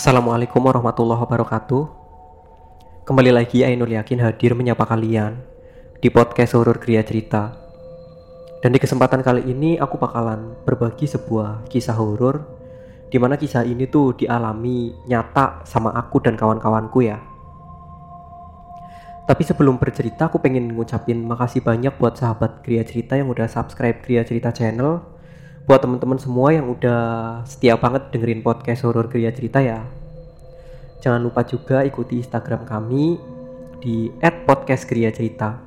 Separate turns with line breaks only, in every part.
Assalamualaikum warahmatullahi wabarakatuh. Kembali lagi Ainul Yakin hadir menyapa kalian di podcast Horor Gria Cerita. Dan di kesempatan kali ini aku bakalan berbagi sebuah kisah horor di mana kisah ini tuh dialami nyata sama aku dan kawan-kawanku ya. Tapi sebelum bercerita aku pengen ngucapin makasih banyak buat sahabat Gria Cerita yang udah subscribe Gria Cerita channel. Buat teman-teman semua yang udah setia banget dengerin podcast Horor Gria Cerita ya. Jangan lupa juga ikuti Instagram kami di @podcastgriacerita.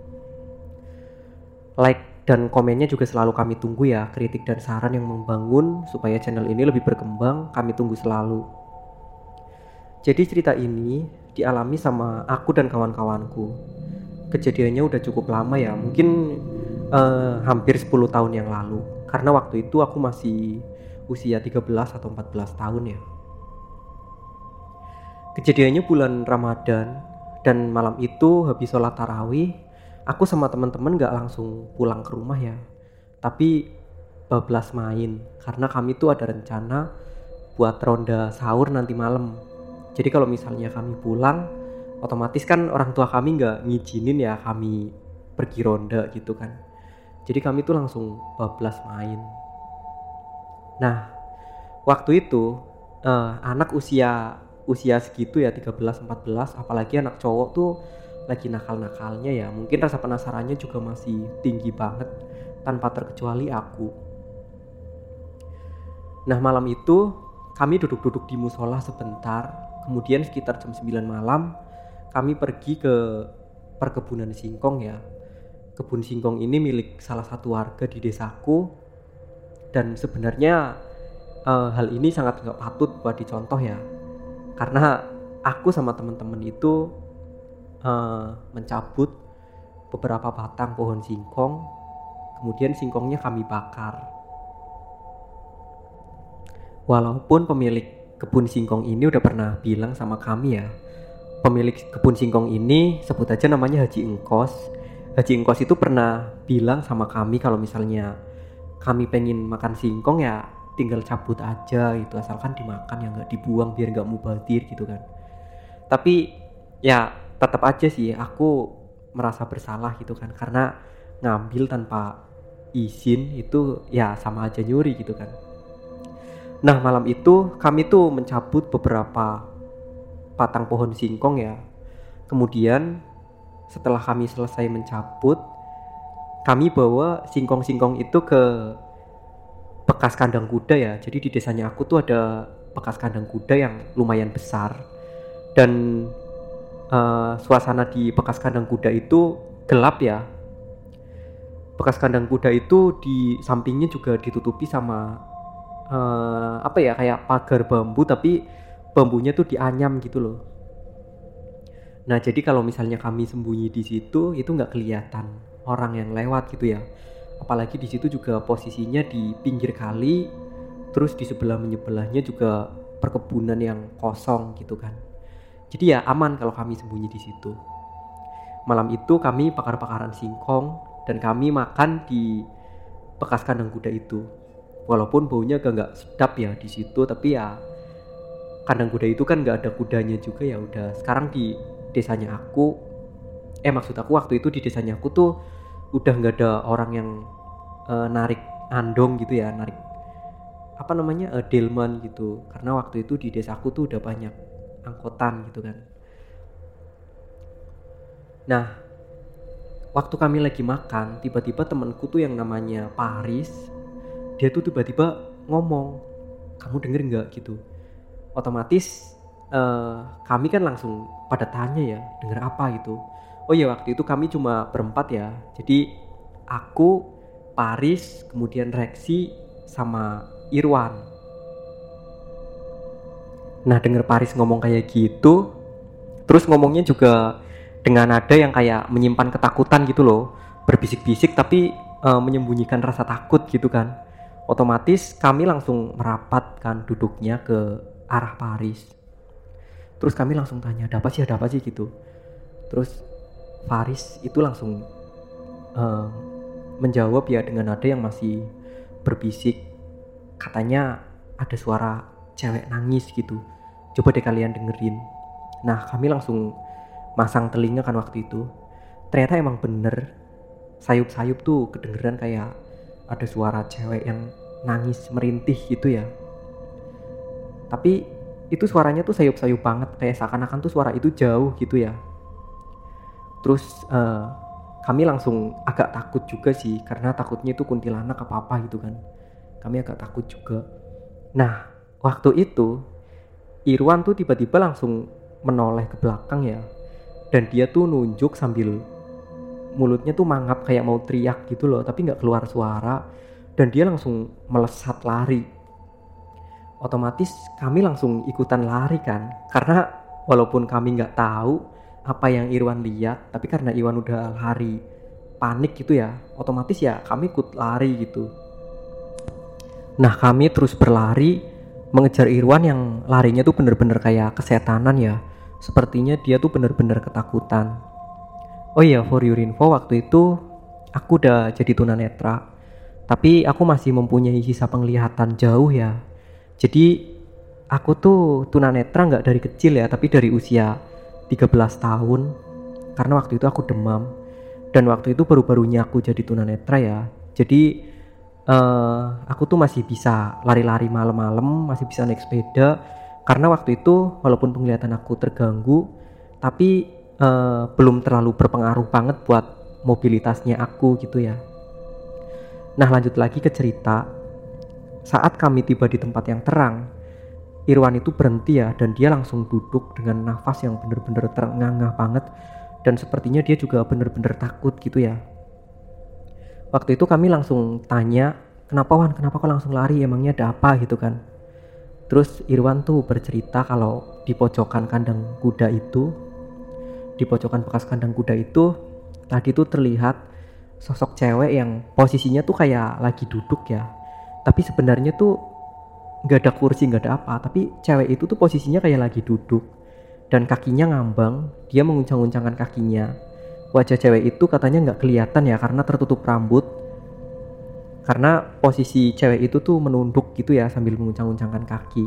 Like dan komennya juga selalu kami tunggu ya. Kritik dan saran yang membangun supaya channel ini lebih berkembang kami tunggu selalu. Jadi cerita ini dialami sama aku dan kawan-kawanku. Kejadiannya udah cukup lama ya, mungkin hampir 10 tahun yang lalu. Karena waktu itu aku masih usia 13 atau 14 tahun ya. Kejadiannya bulan Ramadan, dan malam itu habis sholat tarawih, aku sama teman-teman gak langsung pulang ke rumah ya, tapi bablas main. Karena kami tuh ada rencana buat ronda sahur nanti malam. Jadi kalau misalnya kami pulang, otomatis kan orang tua kami gak ngizinin ya kami pergi ronda gitu kan. Jadi kami tuh langsung bablas main. Nah, waktu itu anak usia segitu ya 13-14, apalagi anak cowok tuh lagi nakal-nakalnya ya. Mungkin rasa penasarannya juga masih tinggi banget tanpa terkecuali aku. Nah, malam itu kami duduk-duduk di musola sebentar. Kemudian sekitar jam 9 malam kami pergi ke perkebunan singkong ya. Kebun singkong ini milik salah satu warga di desaku, dan sebenarnya hal ini sangat gak patut buat dicontoh ya, karena aku sama teman-teman itu mencabut beberapa batang pohon singkong, kemudian singkongnya kami bakar. Walaupun pemilik kebun singkong ini udah pernah bilang sama kami ya, pemilik kebun singkong ini sebut aja namanya Haji Engkos. Haji Engkos itu pernah bilang sama kami kalau misalnya kami pengen makan singkong ya tinggal cabut aja gitu, asalkan dimakan ya nggak dibuang biar nggak mubazir gitu kan. Tapi ya tetap aja sih aku merasa bersalah gitu kan, karena ngambil tanpa izin itu ya sama aja nyuri gitu kan. Nah, malam itu kami tuh mencabut beberapa batang pohon singkong ya. Kemudian setelah kami selesai mencabut, kami bawa singkong-singkong itu ke bekas kandang kuda ya. Jadi di desanya aku tuh ada bekas kandang kuda yang lumayan besar. Dan suasana di bekas kandang kuda itu gelap ya. Bekas kandang kuda itu di sampingnya juga ditutupi sama kayak pagar bambu, tapi bambunya tuh dianyam gitu loh. Nah, jadi kalau misalnya kami sembunyi di situ itu nggak kelihatan orang yang lewat gitu ya. Apalagi di situ juga posisinya di pinggir kali, terus di sebelah menyebelahnya juga perkebunan yang kosong gitu kan. Jadi ya aman kalau kami sembunyi di situ. Malam itu kami bakar-bakaran singkong dan kami makan di bekas kandang kuda itu. Walaupun baunya agak nggak sedap ya di situ, tapi ya kandang kuda itu kan nggak ada kudanya juga ya udah. Sekarang di desanya aku, maksud aku waktu itu di desanya aku tuh udah nggak ada orang yang narik andong gitu ya, narik delman gitu, karena waktu itu di desaku tuh udah banyak angkotan gitu kan. Nah, waktu kami lagi makan, tiba-tiba temanku tuh yang namanya Paris, dia tuh tiba-tiba ngomong, kamu denger nggak gitu. Otomatis kami kan langsung pada tanya ya, denger apa gitu. Oh ya, waktu itu kami cuma berempat ya. Jadi aku, Paris, kemudian Rexi sama Irwan. Nah, denger Paris ngomong kayak gitu, terus ngomongnya juga dengan nada yang kayak menyimpan ketakutan gitu loh, berbisik-bisik tapi menyembunyikan rasa takut gitu kan. Otomatis kami langsung merapat kan duduknya ke arah Paris. Terus kami langsung tanya, ada apa sih gitu. Terus Paris itu langsung menjawab ya dengan nada yang masih berbisik. Katanya ada suara cewek nangis gitu. Coba deh kalian dengerin. Nah, kami langsung masang telinga kan waktu itu. Ternyata emang bener, sayup-sayup tuh kedengeran kayak ada suara cewek yang nangis merintih gitu ya. Tapi itu suaranya tuh sayup-sayup banget, kayak seakan-akan tuh suara itu jauh gitu ya. Terus kami langsung agak takut juga sih, karena takutnya itu kuntilanak apa-apa gitu kan. Kami agak takut juga. Nah, waktu itu Irwan tuh tiba-tiba langsung menoleh ke belakang ya. Dan dia tuh nunjuk sambil mulutnya tuh mangap kayak mau teriak gitu loh, tapi gak keluar suara. Dan dia langsung melesat lari. Otomatis kami langsung ikutan lari kan, karena walaupun kami gak tahu apa yang Irwan lihat, tapi karena Irwan udah lari panik gitu ya, otomatis ya kami ikut lari gitu. Nah, kami terus berlari mengejar Irwan yang larinya tuh bener-bener kayak kesetanan ya. Sepertinya dia tuh bener-bener ketakutan. Oh iya, for your info, waktu itu aku udah jadi tunanetra, tapi aku masih mempunyai sisa penglihatan jauh ya. Jadi aku tuh tunanetra gak dari kecil ya, tapi dari usia 13 tahun. Karena waktu itu aku demam. Dan waktu itu baru-barunya aku jadi tunanetra ya. Jadi aku tuh masih bisa lari-lari malam-malam, masih bisa naik sepeda. Karena waktu itu walaupun penglihatan aku terganggu, tapi belum terlalu berpengaruh banget buat mobilitasnya aku gitu ya. Nah, lanjut lagi ke cerita. Saat kami tiba di tempat yang terang, Irwan itu berhenti ya, dan dia langsung duduk dengan nafas yang bener-bener terengah-engah banget. Dan sepertinya dia juga bener-bener takut gitu ya. Waktu itu kami langsung tanya, kenapa Wan, kenapa kau langsung lari, emangnya ada apa gitu kan. Terus Irwan tuh bercerita kalau di pojokan kandang kuda itu, di pojokan bekas kandang kuda itu, tadi tuh terlihat sosok cewek yang posisinya tuh kayak lagi duduk ya. Tapi sebenarnya tuh gak ada kursi, gak ada apa, tapi cewek itu tuh posisinya kayak lagi duduk dan kakinya ngambang, dia menguncang-uncangkan kakinya. Wajah cewek itu katanya gak kelihatan ya karena tertutup rambut, karena posisi cewek itu tuh menunduk gitu ya sambil menguncang-uncangkan kaki.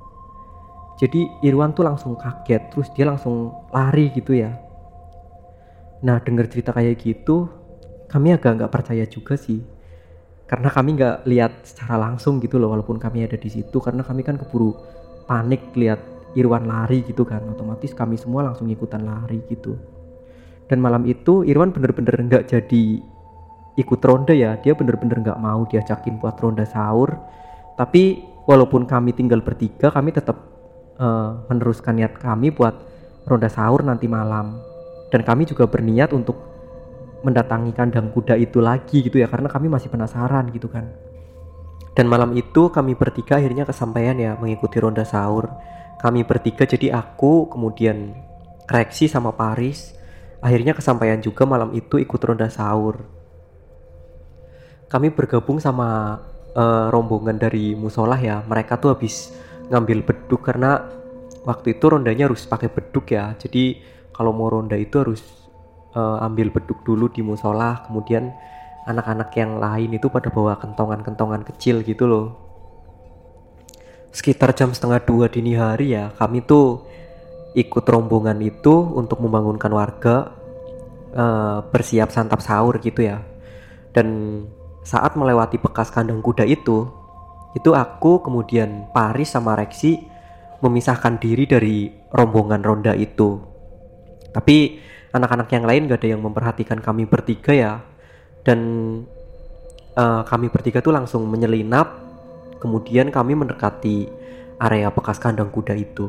Jadi Irwan tuh langsung kaget, terus dia langsung lari gitu ya. Nah, dengar cerita kayak gitu, kami agak gak percaya juga sih, karena kami nggak lihat secara langsung gitu loh, walaupun kami ada di situ, karena kami kan keburu panik lihat Irwan lari gitu kan, otomatis kami semua langsung ikutan lari gitu. Dan malam itu Irwan bener-bener nggak jadi ikut ronde ya, dia bener-bener nggak mau diajakin buat ronda sahur. Tapi walaupun kami tinggal bertiga, kami tetap meneruskan niat kami buat ronda sahur nanti malam. Dan kami juga berniat untuk mendatangi kandang kuda itu lagi gitu ya, karena kami masih penasaran gitu kan. Dan malam itu kami bertiga akhirnya kesampaian ya mengikuti ronda sahur. Kami bertiga, jadi aku, kemudian Reksi sama Paris, akhirnya kesampaian juga malam itu ikut ronda sahur. Kami bergabung sama rombongan dari musolah ya. Mereka tuh habis ngambil beduk, karena waktu itu rondanya harus pakai beduk ya. Jadi kalau mau ronda itu harus ambil beduk dulu di musola, kemudian anak-anak yang lain itu pada bawa kentongan-kentongan kecil gitu loh. Sekitar jam 1:30 dini hari ya, kami tuh ikut rombongan itu untuk membangunkan warga bersiap santap sahur gitu ya. Dan saat melewati bekas kandang kuda itu aku, kemudian Paris sama Reksi memisahkan diri dari rombongan ronda itu. Tapi anak-anak yang lain gak ada yang memperhatikan kami bertiga ya. Dan kami bertiga tuh langsung menyelinap. Kemudian kami mendekati area bekas kandang kuda itu.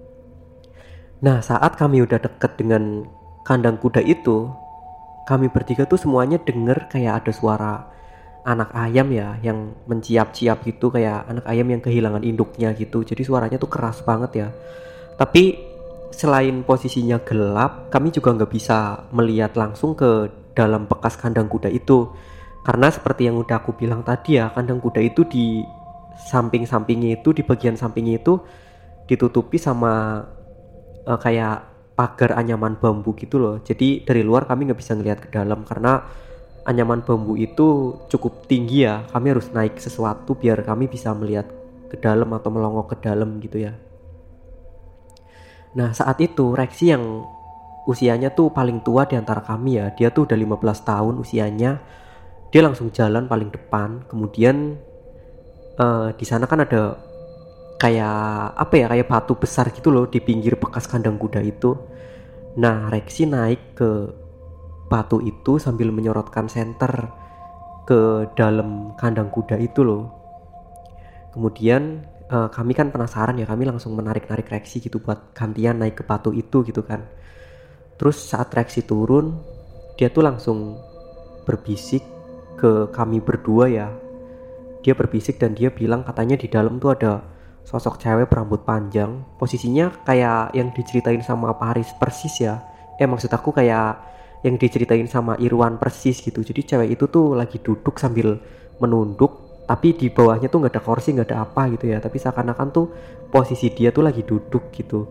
Nah, saat kami udah deket dengan kandang kuda itu, kami bertiga tuh semuanya denger kayak ada suara anak ayam ya, yang menciap-ciap gitu, kayak anak ayam yang kehilangan induknya gitu. Jadi suaranya tuh keras banget ya. Tapi selain posisinya gelap, kami juga nggak bisa melihat langsung ke dalam bekas kandang kuda itu, karena seperti yang udah aku bilang tadi ya, kandang kuda itu di samping-sampingnya itu, di bagian sampingnya itu ditutupi sama kayak pagar anyaman bambu gitu loh. Jadi dari luar kami nggak bisa ngelihat ke dalam, karena anyaman bambu itu cukup tinggi ya. Kami harus naik sesuatu biar kami bisa melihat ke dalam atau melongok ke dalam gitu ya. Nah saat itu Rexi yang usianya tuh paling tua di antara kami ya, dia tuh udah 15 tahun usianya, dia langsung jalan paling depan. Kemudian di sana kan ada kayak apa ya, kayak batu besar gitu loh di pinggir bekas kandang kuda itu. Nah Rexi naik ke batu itu sambil menyorotkan senter ke dalam kandang kuda itu loh. Kemudian kami kan penasaran ya, kami langsung menarik-narik Rexi gitu buat gantian naik ke batu itu gitu kan. Terus saat Rexi turun, dia tuh langsung berbisik ke kami berdua ya. Dia berbisik dan dia bilang katanya di dalam tuh ada sosok cewek berambut panjang. Posisinya kayak yang diceritain sama Paris persis ya. Maksud aku kayak yang diceritain sama Irwan persis gitu. Jadi cewek itu tuh lagi duduk sambil menunduk, tapi di bawahnya tuh nggak ada kursi, nggak ada apa gitu ya. Tapi seakan-akan tuh posisi dia tuh lagi duduk gitu.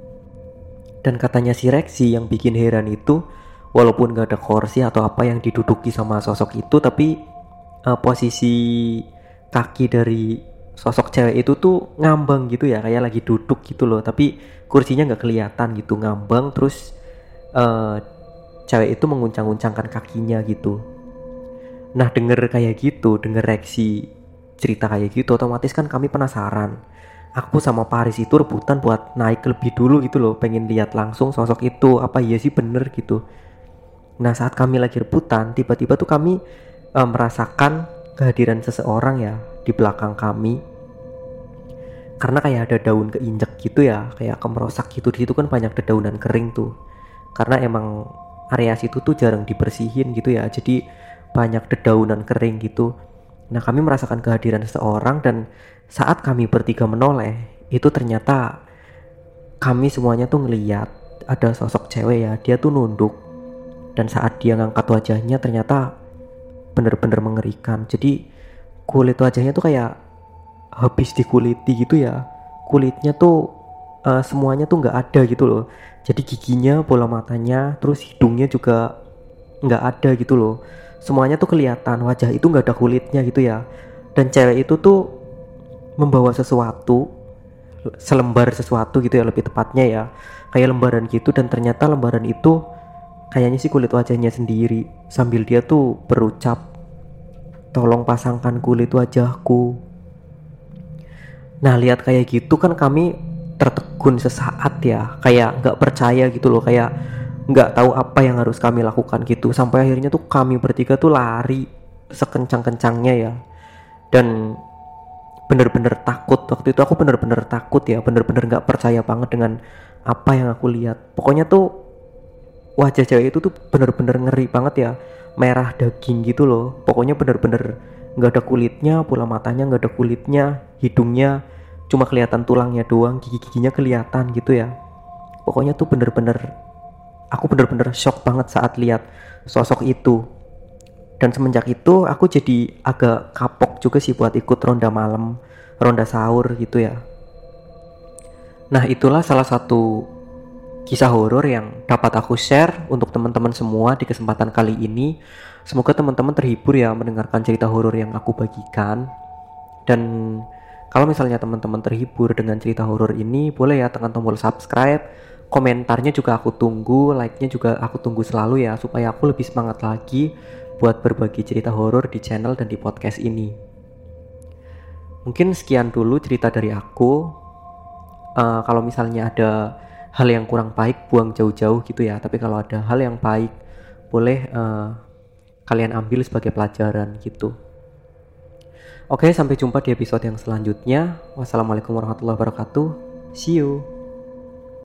Dan katanya si Rexi yang bikin heran itu, walaupun gak ada kursi atau apa yang diduduki sama sosok itu, tapi posisi kaki dari sosok cewek itu tuh ngambang gitu ya, kayak lagi duduk gitu loh, tapi kursinya gak kelihatan gitu, ngambang. Terus cewek itu menguncang-uncangkan kakinya gitu. Nah denger kayak gitu, denger Rexi cerita kayak gitu, otomatis kan kami penasaran. Aku sama Paris itu rebutan buat naik lebih dulu gitu loh, pengen lihat langsung sosok itu, apa iya sih bener gitu. Nah saat kami lagi rebutan, tiba-tiba tuh kami merasakan kehadiran seseorang ya di belakang kami. Karena kayak ada daun keinjek gitu ya, kayak kemerosak gitu. Di situ kan banyak dedaunan kering tuh. Karena emang area situ tuh jarang dibersihin gitu ya, jadi banyak dedaunan kering gitu. Nah kami merasakan kehadiran seseorang, dan saat kami bertiga menoleh, itu ternyata kami semuanya tuh ngeliat ada sosok cewek ya, dia tuh nunduk. Dan saat dia ngangkat wajahnya ternyata bener-bener mengerikan. Jadi kulit wajahnya tuh kayak habis dikuliti gitu ya. Kulitnya tuh semuanya tuh gak ada gitu loh. Jadi giginya, bola matanya, terus hidungnya juga gak ada gitu loh. Semuanya tuh kelihatan, wajah itu gak ada kulitnya gitu ya. Dan cewek itu tuh membawa sesuatu, selembar sesuatu gitu ya, lebih tepatnya ya, kayak lembaran gitu. Dan ternyata lembaran itu kayaknya sih kulit wajahnya sendiri, sambil dia tuh berucap, tolong pasangkan kulit wajahku. Nah lihat kayak gitu kan kami tertegun sesaat ya, kayak gak percaya gitu loh, kayak gak tahu apa yang harus kami lakukan gitu. Sampai akhirnya tuh kami bertiga tuh lari sekencang-kencangnya ya. Dan bener-bener takut, waktu itu aku bener-bener takut ya, bener-bener gak percaya banget dengan apa yang aku lihat. Pokoknya tuh wajah cewek itu tuh bener-bener ngeri banget ya, merah daging gitu loh. Pokoknya bener-bener gak ada kulitnya, bola matanya gak ada kulitnya, hidungnya cuma kelihatan tulangnya doang, gigi-giginya kelihatan gitu ya. Pokoknya tuh bener-bener, aku bener-bener shock banget saat lihat sosok itu. Dan semenjak itu aku jadi agak kapok juga sih buat ikut ronda malam, ronda sahur gitu ya. Nah itulah salah satu kisah horor yang dapat aku share untuk teman-teman semua di kesempatan kali ini. Semoga teman-teman terhibur ya mendengarkan cerita horor yang aku bagikan. Dan kalau misalnya teman-teman terhibur dengan cerita horor ini, boleh ya tekan tombol subscribe. Komentarnya juga aku tunggu, like-nya juga aku tunggu selalu ya, supaya aku lebih semangat lagi buat berbagi cerita horor di channel dan di podcast ini. Mungkin sekian dulu cerita dari aku. Kalau misalnya ada hal yang kurang baik, buang jauh-jauh gitu ya. Tapi kalau ada hal yang baik, boleh kalian ambil sebagai pelajaran gitu. Oke, sampai jumpa di episode yang selanjutnya. Wassalamualaikum warahmatullahi wabarakatuh. See you.